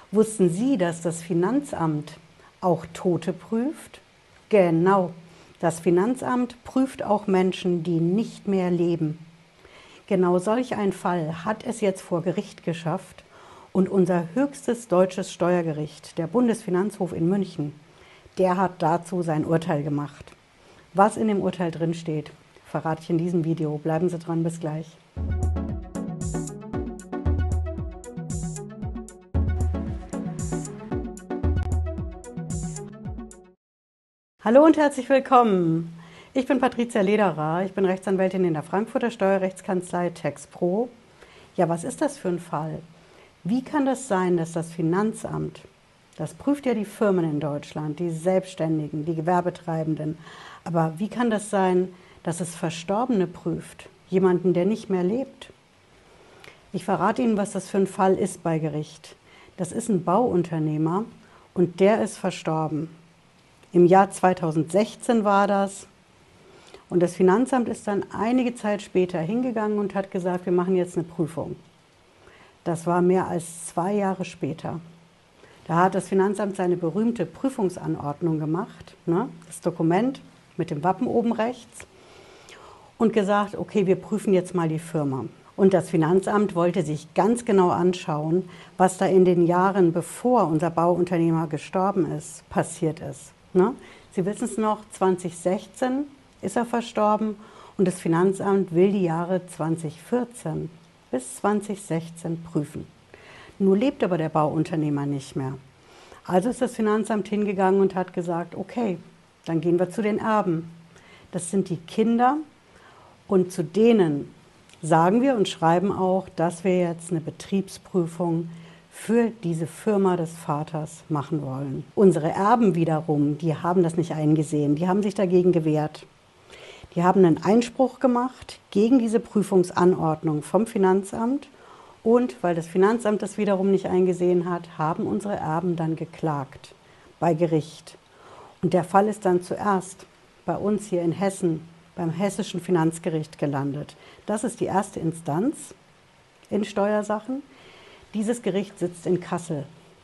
Wussten Sie, dass das Finanzamt auch Tote prüft? Genau, das Finanzamt prüft auch Menschen, die nicht mehr leben. Genau solch ein Fall hat es jetzt vor Gericht geschafft und unser höchstes deutsches Steuergericht, der Bundesfinanzhof in München, der hat dazu sein Urteil gemacht. Was in dem Urteil drin steht, verrate ich in diesem Video. Bleiben Sie dran, bis gleich. Hallo und herzlich willkommen. Ich bin Patricia Lederer, ich bin Rechtsanwältin in der Frankfurter Steuerrechtskanzlei TaxPro. Ja, was ist das für ein Fall? Wie kann das sein, dass das Finanzamt, das prüft ja die Firmen in Deutschland, die Selbstständigen, die Gewerbetreibenden, aber wie kann das sein, dass es Verstorbene prüft, jemanden, der nicht mehr lebt? Ich verrate Ihnen, was das für ein Fall ist bei Gericht. Das ist ein Bauunternehmer und der ist verstorben. Im Jahr 2016 war das. Und das Finanzamt ist dann einige Zeit später hingegangen und hat gesagt, wir machen jetzt eine Prüfung. Das war mehr als 2 Jahre später. Da hat das Finanzamt seine berühmte Prüfungsanordnung gemacht, ne, das Dokument mit dem Wappen oben rechts, und gesagt, okay, wir prüfen jetzt mal die Firma. Und das Finanzamt wollte sich ganz genau anschauen, was da in den Jahren, bevor unser Bauunternehmer gestorben ist, passiert ist. Ne? Sie wissen es noch, 2016 ist er verstorben und das Finanzamt will die Jahre 2014 bis 2016 prüfen. Nun lebt aber der Bauunternehmer nicht mehr. Also ist das Finanzamt hingegangen und hat gesagt, okay, dann gehen wir zu den Erben. Das sind die Kinder und zu denen sagen wir und schreiben auch, dass wir jetzt eine Betriebsprüfung für diese Firma des Vaters machen wollen. Unsere Erben wiederum, die haben das nicht eingesehen, die haben sich dagegen gewehrt. Die haben einen Einspruch gemacht gegen diese Prüfungsanordnung vom Finanzamt und weil das Finanzamt das wiederum nicht eingesehen hat, haben unsere Erben dann geklagt bei Gericht. Und der Fall ist dann zuerst bei uns hier in Hessen beim Hessischen Finanzgericht gelandet. Das ist die erste Instanz in Steuersachen. Dieses Gericht sitzt in Kassel.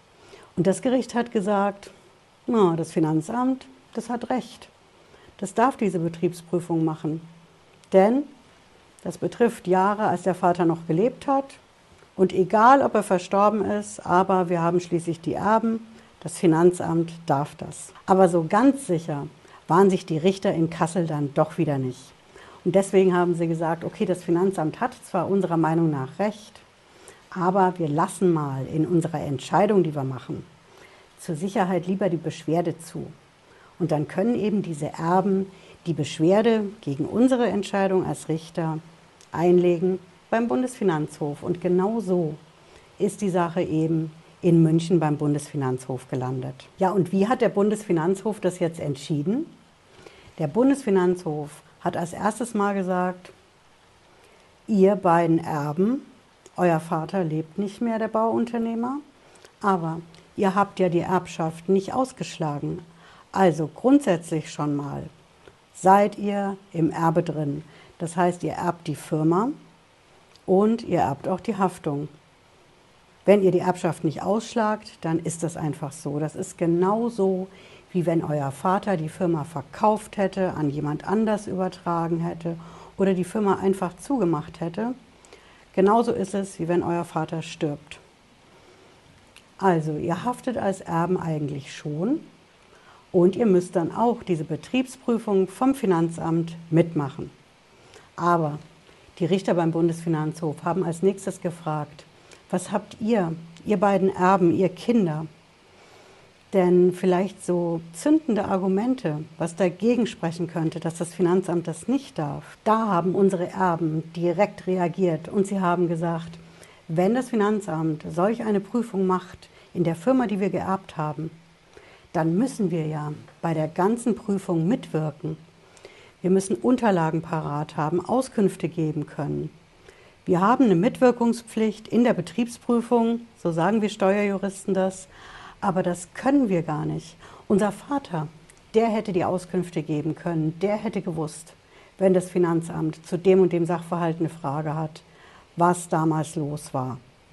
Und das Gericht hat gesagt, na, das Finanzamt, das hat recht. Das darf diese Betriebsprüfung machen. Denn das betrifft Jahre, als der Vater noch gelebt hat. Und egal, ob er verstorben ist, aber wir haben schließlich die Erben, das Finanzamt darf das. Aber so ganz sicher waren sich die Richter in Kassel dann doch wieder nicht. Und deswegen haben sie gesagt, okay, das Finanzamt hat zwar unserer Meinung nach recht, aber wir lassen mal in unserer Entscheidung, die wir machen, zur Sicherheit lieber die Beschwerde zu. Und dann können eben diese Erben die Beschwerde gegen unsere Entscheidung als Richter einlegen beim Bundesfinanzhof. Und genau so ist die Sache eben in München beim Bundesfinanzhof gelandet. Ja, und wie hat der Bundesfinanzhof das jetzt entschieden? Der Bundesfinanzhof hat als erstes mal gesagt, ihr beiden Erben, euer Vater lebt nicht mehr, der Bauunternehmer, aber ihr habt ja die Erbschaft nicht ausgeschlagen. Also grundsätzlich schon mal seid ihr im Erbe drin. Das heißt, ihr erbt die Firma und ihr erbt auch die Haftung. Wenn ihr die Erbschaft nicht ausschlagt, dann ist das einfach so. Das ist genauso, wie wenn euer Vater die Firma verkauft hätte, an jemand anders übertragen hätte oder die Firma einfach zugemacht hätte. Genauso ist es, wie wenn euer Vater stirbt. Also, ihr haftet als Erben eigentlich schon und ihr müsst dann auch diese Betriebsprüfung vom Finanzamt mitmachen. Aber die Richter beim Bundesfinanzhof haben als nächstes gefragt, was habt ihr beiden Erben, ihr Kinder, denn vielleicht so zündende Argumente, was dagegen sprechen könnte, dass das Finanzamt das nicht darf. Da haben unsere Erben direkt reagiert und sie haben gesagt, wenn das Finanzamt solch eine Prüfung macht in der Firma, die wir geerbt haben, dann müssen wir ja bei der ganzen Prüfung mitwirken. Wir müssen Unterlagen parat haben, Auskünfte geben können. Wir haben eine Mitwirkungspflicht in der Betriebsprüfung, so sagen wir Steuerjuristen das, aber das können wir gar nicht. Unser Vater, der hätte die Auskünfte geben können, der hätte gewusst, wenn das Finanzamt zu dem und dem Sachverhalt eine Frage hat, was damals los war.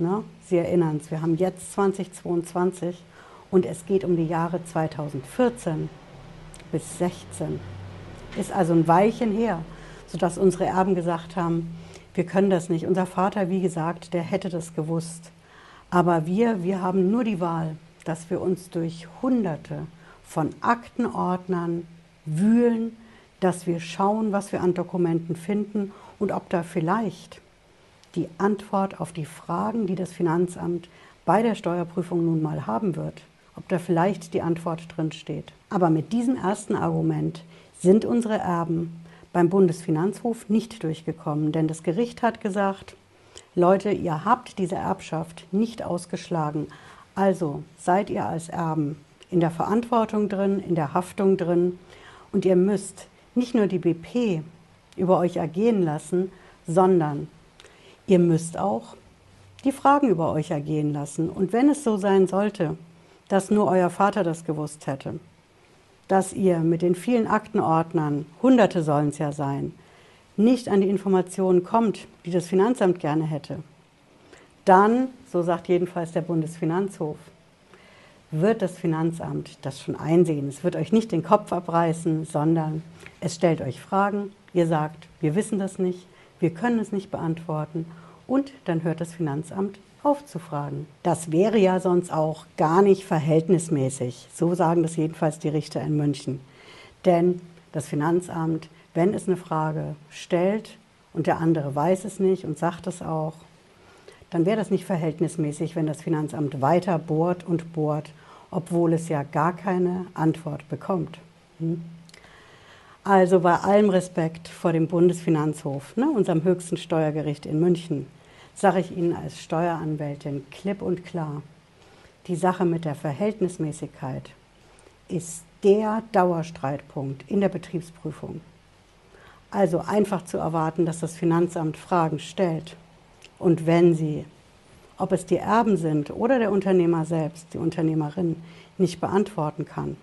Ne? Sie erinnern es, wir haben jetzt 2022 und es geht um die Jahre 2014 bis 16. Ist also ein Weilchen her, sodass unsere Erben gesagt haben, wir können das nicht. Unser Vater, wie gesagt, der hätte das gewusst. Aber wir haben nur die Wahl, dass wir uns durch Hunderte von Aktenordnern wühlen, dass wir schauen, was wir an Dokumenten finden und ob da vielleicht die Antwort auf die Fragen, die das Finanzamt bei der Steuerprüfung nun mal haben wird, ob da vielleicht die Antwort drin steht. Aber mit diesem ersten Argument sind unsere Erben beim Bundesfinanzhof nicht durchgekommen, denn das Gericht hat gesagt, Leute, ihr habt diese Erbschaft nicht ausgeschlagen, also seid ihr als Erben in der Verantwortung drin, in der Haftung drin und ihr müsst nicht nur die BP über euch ergehen lassen, sondern ihr müsst auch die Fragen über euch ergehen lassen. Und wenn es so sein sollte, dass nur euer Vater das gewusst hätte, dass ihr mit den vielen Aktenordnern, Hunderte sollen es ja sein, nicht an die Informationen kommt, die das Finanzamt gerne hätte, dann, so sagt jedenfalls der Bundesfinanzhof, wird das Finanzamt das schon einsehen. Es wird euch nicht den Kopf abreißen, sondern es stellt euch Fragen. Ihr sagt, wir wissen das nicht, wir können es nicht beantworten und dann hört das Finanzamt auf zu fragen. Das wäre ja sonst auch gar nicht verhältnismäßig. So sagen das jedenfalls die Richter in München. Denn das Finanzamt, wenn es eine Frage stellt und der andere weiß es nicht und sagt es auch, dann wäre das nicht verhältnismäßig, wenn das Finanzamt weiter bohrt und bohrt, obwohl es ja gar keine Antwort bekommt. Also bei allem Respekt vor dem Bundesfinanzhof, unserem höchsten Steuergericht in München, sage ich Ihnen als Steueranwältin klipp und klar, die Sache mit der Verhältnismäßigkeit ist der Dauerstreitpunkt in der Betriebsprüfung. Also einfach zu erwarten, dass das Finanzamt Fragen stellt. Und wenn sie, ob es die Erben sind oder der Unternehmer selbst, die Unternehmerin, nicht beantworten kann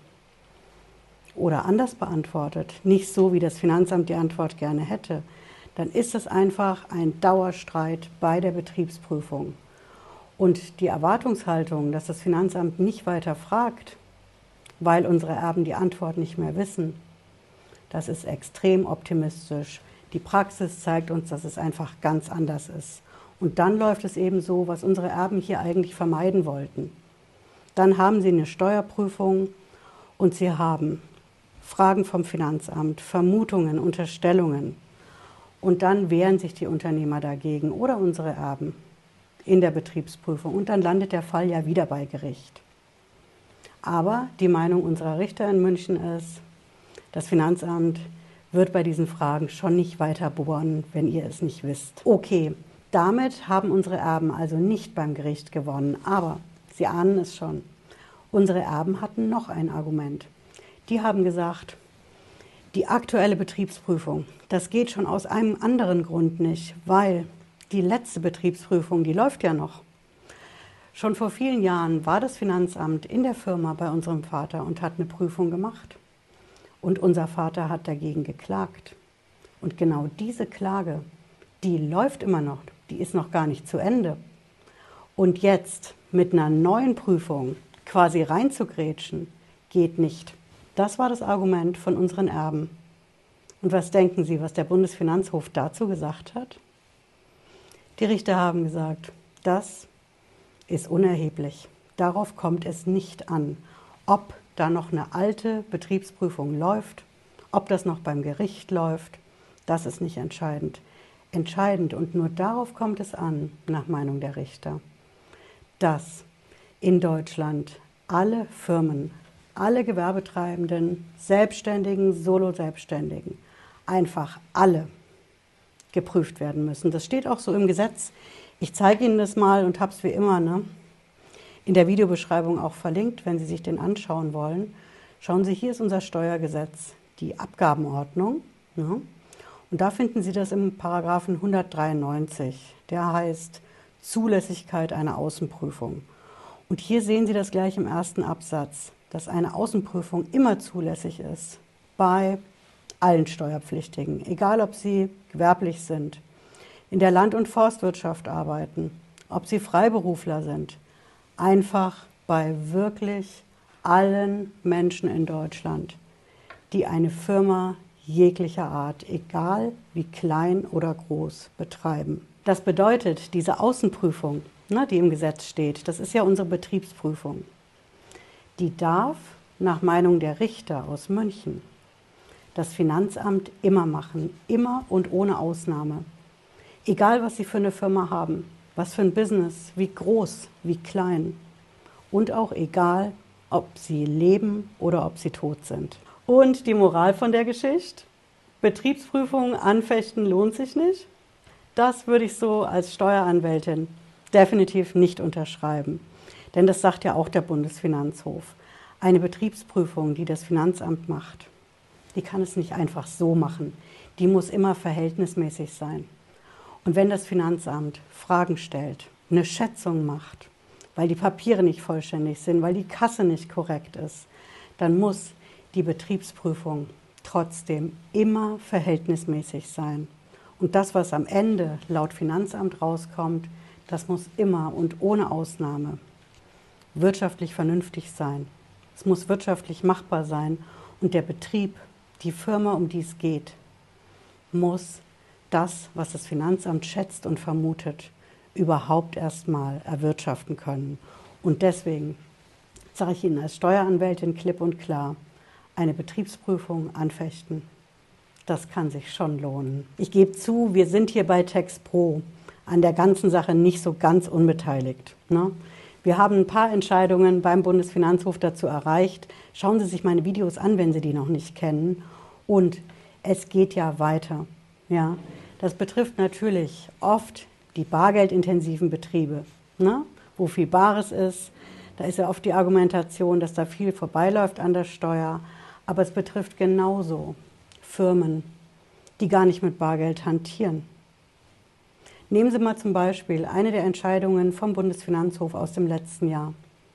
oder anders beantwortet, nicht so, wie das Finanzamt die Antwort gerne hätte, dann ist es einfach ein Dauerstreit bei der Betriebsprüfung. Und die Erwartungshaltung, dass das Finanzamt nicht weiter fragt, weil unsere Erben die Antwort nicht mehr wissen, das ist extrem optimistisch. Die Praxis zeigt uns, dass es einfach ganz anders ist. Und dann läuft es eben so, was unsere Erben hier eigentlich vermeiden wollten. Dann haben sie eine Steuerprüfung und sie haben Fragen vom Finanzamt, Vermutungen, Unterstellungen. Und dann wehren sich die Unternehmer dagegen oder unsere Erben in der Betriebsprüfung. Und dann landet der Fall ja wieder bei Gericht. Aber die Meinung unserer Richter in München ist, das Finanzamt wird bei diesen Fragen schon nicht weiter bohren, wenn ihr es nicht wisst. Okay, damit haben unsere Erben also nicht beim Gericht gewonnen. Aber Sie ahnen es schon, unsere Erben hatten noch ein Argument. Die haben gesagt, die aktuelle Betriebsprüfung, das geht schon aus einem anderen Grund nicht, weil die letzte Betriebsprüfung, die läuft ja noch. Schon vor vielen Jahren war das Finanzamt in der Firma bei unserem Vater und hat eine Prüfung gemacht. Und unser Vater hat dagegen geklagt. Und genau diese Klage, die läuft immer noch, die ist noch gar nicht zu Ende. Und jetzt mit einer neuen Prüfung quasi reinzugrätschen, geht nicht. Das war das Argument von unseren Erben. Und was denken Sie, was der Bundesfinanzhof dazu gesagt hat? Die Richter haben gesagt, das ist unerheblich. Darauf kommt es nicht an, ob da noch eine alte Betriebsprüfung läuft, ob das noch beim Gericht läuft, das ist nicht entscheidend. Entscheidend, und nur darauf kommt es an, nach Meinung der Richter, dass in Deutschland alle Firmen, alle Gewerbetreibenden, Selbstständigen, Solo-Selbstständigen, einfach alle geprüft werden müssen. Das steht auch so im Gesetz. Ich zeige Ihnen das mal und habe es wie immer in der Videobeschreibung auch verlinkt, wenn Sie sich den anschauen wollen. Schauen Sie, hier ist unser Steuergesetz, die Abgabenordnung. Und da finden Sie das im Paragraphen 193. Der heißt Zulässigkeit einer Außenprüfung. Und hier sehen Sie das gleich im ersten Absatz, dass eine Außenprüfung immer zulässig ist bei allen Steuerpflichtigen, egal ob sie gewerblich sind, in der Land- und Forstwirtschaft arbeiten, ob Sie Freiberufler sind, einfach bei wirklich allen Menschen in Deutschland, die eine Firma jeglicher Art, egal wie klein oder groß, betreiben. Das bedeutet, diese Außenprüfung, die im Gesetz steht, das ist ja unsere Betriebsprüfung, die darf nach Meinung der Richter aus München das Finanzamt immer machen, immer und ohne Ausnahme. Egal, was Sie für eine Firma haben, was für ein Business, wie groß, wie klein. Und auch egal, ob Sie leben oder ob Sie tot sind. Und die Moral von der Geschichte? Betriebsprüfungen anfechten lohnt sich nicht. Das würde ich so als Steueranwältin definitiv nicht unterschreiben. Denn das sagt ja auch der Bundesfinanzhof. Eine Betriebsprüfung, die das Finanzamt macht, die kann es nicht einfach so machen. Die muss immer verhältnismäßig sein. Und wenn das Finanzamt Fragen stellt, eine Schätzung macht, weil die Papiere nicht vollständig sind, weil die Kasse nicht korrekt ist, dann muss die Betriebsprüfung trotzdem immer verhältnismäßig sein. Und das, was am Ende laut Finanzamt rauskommt, das muss immer und ohne Ausnahme wirtschaftlich vernünftig sein. Es muss wirtschaftlich machbar sein und der Betrieb, die Firma, um die es geht, muss das, was das Finanzamt schätzt und vermutet, überhaupt erstmal erwirtschaften können. Und deswegen sage ich Ihnen als Steueranwältin klipp und klar, eine Betriebsprüfung anfechten, das kann sich schon lohnen. Ich gebe zu, wir sind hier bei TaxPro an der ganzen Sache nicht so ganz unbeteiligt, ne? Wir haben ein paar Entscheidungen beim Bundesfinanzhof dazu erreicht. Schauen Sie sich meine Videos an, wenn Sie die noch nicht kennen. Und es geht ja weiter. Ja, das betrifft natürlich oft die bargeldintensiven Betriebe, ne? Wo viel Bares ist. Da ist ja oft die Argumentation, dass da viel vorbeiläuft an der Steuer. Aber es betrifft genauso Firmen, die gar nicht mit Bargeld hantieren. Nehmen Sie mal zum Beispiel eine der Entscheidungen vom Bundesfinanzhof aus dem letzten Jahr.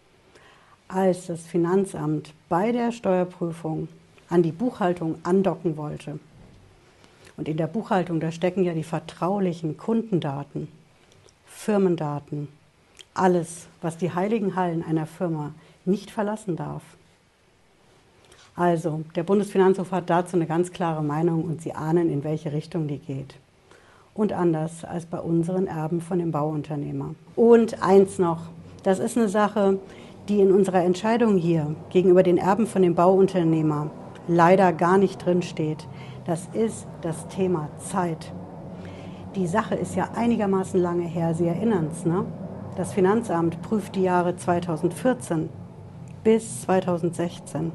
Als das Finanzamt bei der Steuerprüfung an die Buchhaltung andocken wollte, und in der Buchhaltung, da stecken ja die vertraulichen Kundendaten, Firmendaten, alles, was die heiligen Hallen einer Firma nicht verlassen darf. Also, der Bundesfinanzhof hat dazu eine ganz klare Meinung und Sie ahnen, in welche Richtung die geht. Und anders als bei unseren Erben von dem Bauunternehmer. Und eins noch, das ist eine Sache, die in unserer Entscheidung hier gegenüber den Erben von dem Bauunternehmer leider gar nicht drin steht. Das ist das Thema Zeit. Die Sache ist ja einigermaßen lange her, Sie erinnern es, ne? Das Finanzamt prüft die Jahre 2014 bis 2016.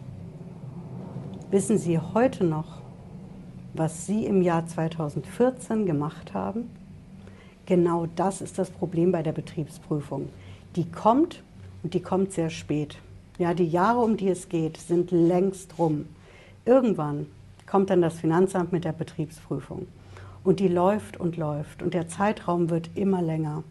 Wissen Sie heute noch, was Sie im Jahr 2014 gemacht haben? Genau das ist das Problem bei der Betriebsprüfung. Die kommt und die kommt sehr spät. Ja, die Jahre, um die es geht, sind längst rum. Irgendwann kommt dann das Finanzamt mit der Betriebsprüfung. Und die läuft und läuft und der Zeitraum wird immer länger.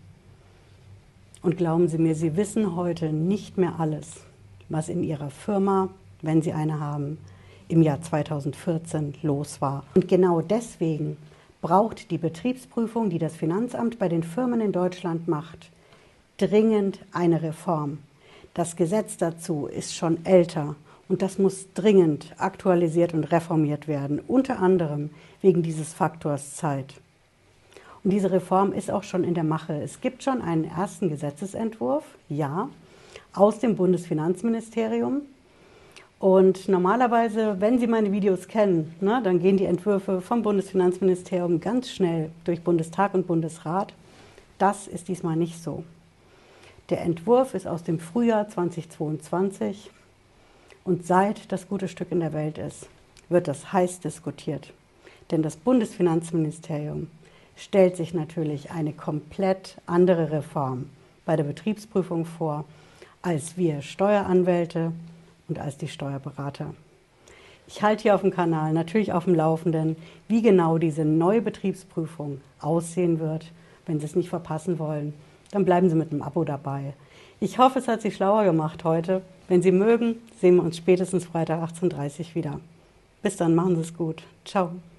Und glauben Sie mir, Sie wissen heute nicht mehr alles, was in Ihrer Firma, wenn Sie eine haben, im Jahr 2014 los war. Und genau deswegen braucht die Betriebsprüfung, die das Finanzamt bei den Firmen in Deutschland macht, dringend eine Reform. Das Gesetz dazu ist schon älter und das muss dringend aktualisiert und reformiert werden, unter anderem wegen dieses Faktors Zeit. Und diese Reform ist auch schon in der Mache. Es gibt schon einen ersten Gesetzesentwurf, ja, aus dem Bundesfinanzministerium. Und normalerweise, wenn Sie meine Videos kennen, ne, dann gehen die Entwürfe vom Bundesfinanzministerium ganz schnell durch Bundestag und Bundesrat. Das ist diesmal nicht so. Der Entwurf ist aus dem Frühjahr 2022 und seit das gute Stück in der Welt ist, wird das heiß diskutiert. Denn das Bundesfinanzministerium stellt sich natürlich eine komplett andere Reform bei der Betriebsprüfung vor, als wir Steueranwälte und als die Steuerberater. Ich halte hier auf dem Kanal natürlich auf dem Laufenden, wie genau diese neue Betriebsprüfung aussehen wird. Wenn Sie es nicht verpassen wollen, dann bleiben Sie mit einem Abo dabei. Ich hoffe, es hat Sie schlauer gemacht heute. Wenn Sie mögen, sehen wir uns spätestens Freitag 18:30 Uhr wieder. Bis dann, machen Sie es gut. Ciao.